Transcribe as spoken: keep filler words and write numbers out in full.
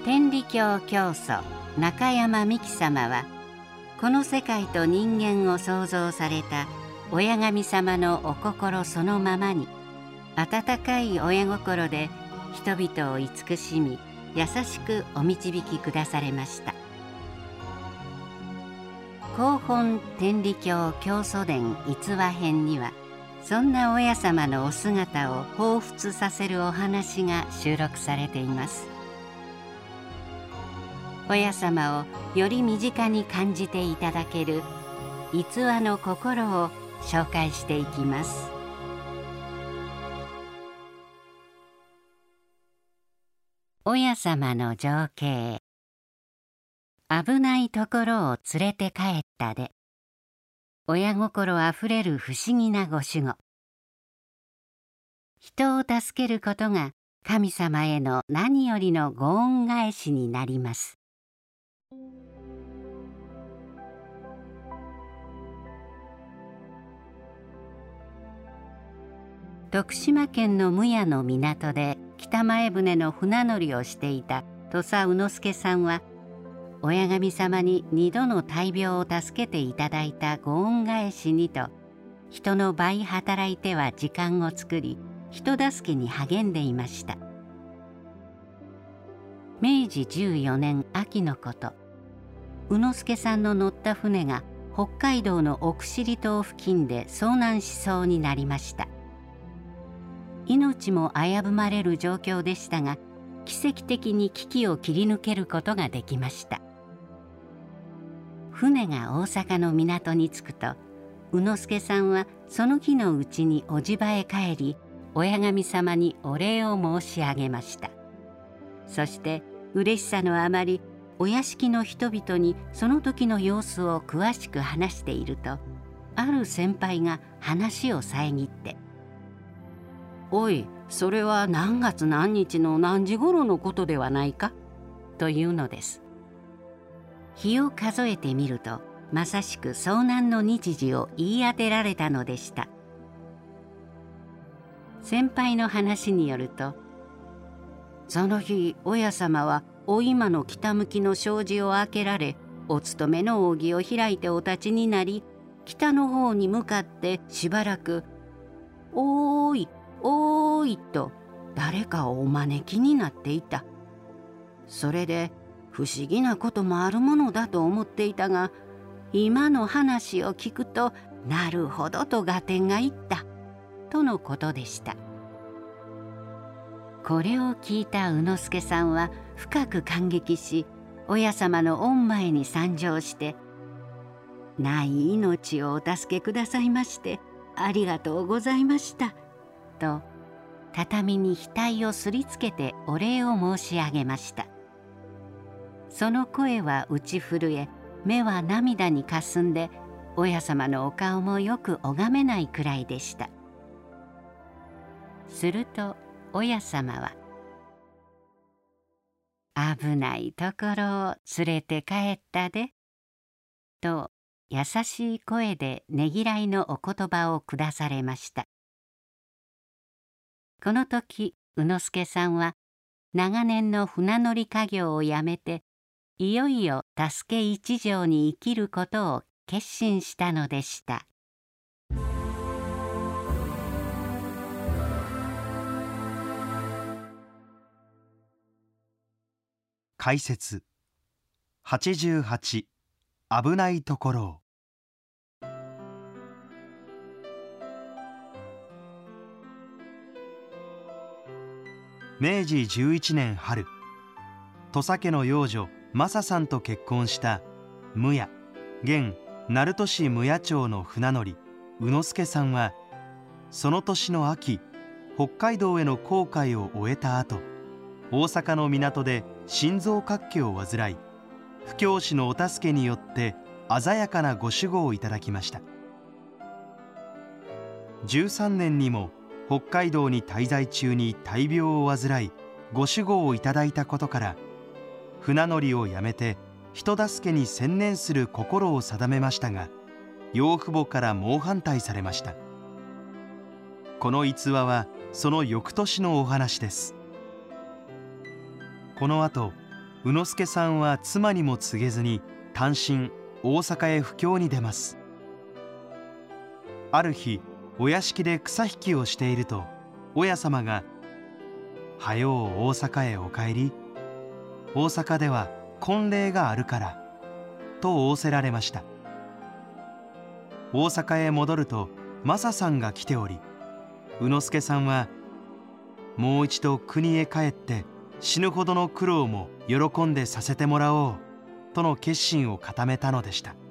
天理教教祖中山美紀様は、この世界と人間を創造された親神様のお心そのままに、温かい親心で人々を慈しみ、優しくお導きくだされました。広本天理教教祖伝逸話編には、そんな親様のお姿を彷彿させるお話が収録されています。親様をより身近に感じていただける逸話の心を紹介していきます。親様の情景。危ないところを連れて帰ったで。親心あふれる不思議なご守護。人を助けることが神様への何よりのご恩返しになります。徳島県の無谷の港で北前船の船乗りをしていた土佐宇之助さんは、親神様に二度の大病を助けていただいたご恩返しにと、人の倍働いては時間を作り、人助けに励んでいました。めいじじゅうよねん秋のこと、宇之助さんの乗った船が北海道の奥尻島付近で遭難しそうになりました。命も危ぶまれる状況でしたが、奇跡的に危機を切り抜けることができました。船が大阪の港に着くと、宇之助さんはその日のうちにおじ場へ帰り、親神様にお礼を申し上げました。そして嬉しさのあまり、お屋敷の人々にその時の様子を詳しく話していると、ある先輩が話を遮って「おい、それは何月何日の何時頃のことではないか?」というのです。日を数えてみると、まさしく遭難の日時を言い当てられたのでした。先輩の話によると、その日親様はお今の北向きの障子を開けられ、お勤めの扇を開いてお立ちになり、北の方に向かってしばらく「おーいおーい」と誰かをお招きになっていた。それで不思議なこともあるものだと思っていたが、今の話を聞くとなるほどと合点がいったとのことでした。これを聞いた宇之助さんは深く感激し、親様の御前に参上して「ない命をお助けくださいましてありがとうございました」と畳に額をすりつけてお礼を申し上げました。その声は打ち震え、目は涙にかすんで、親様のお顔もよく拝めないくらいでした。すると親様は「危ないところを連れて帰ったで」と優しい声でねぎらいのお言葉をくだされました。この時宇之助さんは長年の船乗り家業をやめて、いよいよ助け一条に生きることを決心したのでした。 解説はちじゅうはち危ないところを。めいじじゅういちねん春、土佐家の養女正さんと結婚した無谷、現鳴門市無谷町の船乗り宇之助さんは、その年の秋、北海道への航海を終えた後、大阪の港で心臓活気を患い、布教師のお助けによって鮮やかなご守護をいただきました。じゅうさんねんにも北海道に滞在中に大病を患い、ご守護をいただいたことから、船乗りをやめて人助けに専念する心を定めましたが、養父母から猛反対されました。この逸話はその翌年のお話です。この後、 宇之助さんは妻にも告げずに単身大阪へ布教に出ます。ある日お屋敷で草引きをしていると親様が「はよう大阪へお帰り、大阪では婚礼があるから」と仰せられました。大阪へ戻ると正さんが来ており、宇之助さんは「もう一度国へ帰って死ぬほどの苦労も喜んでさせてもらおう」との決心を固めたのでした。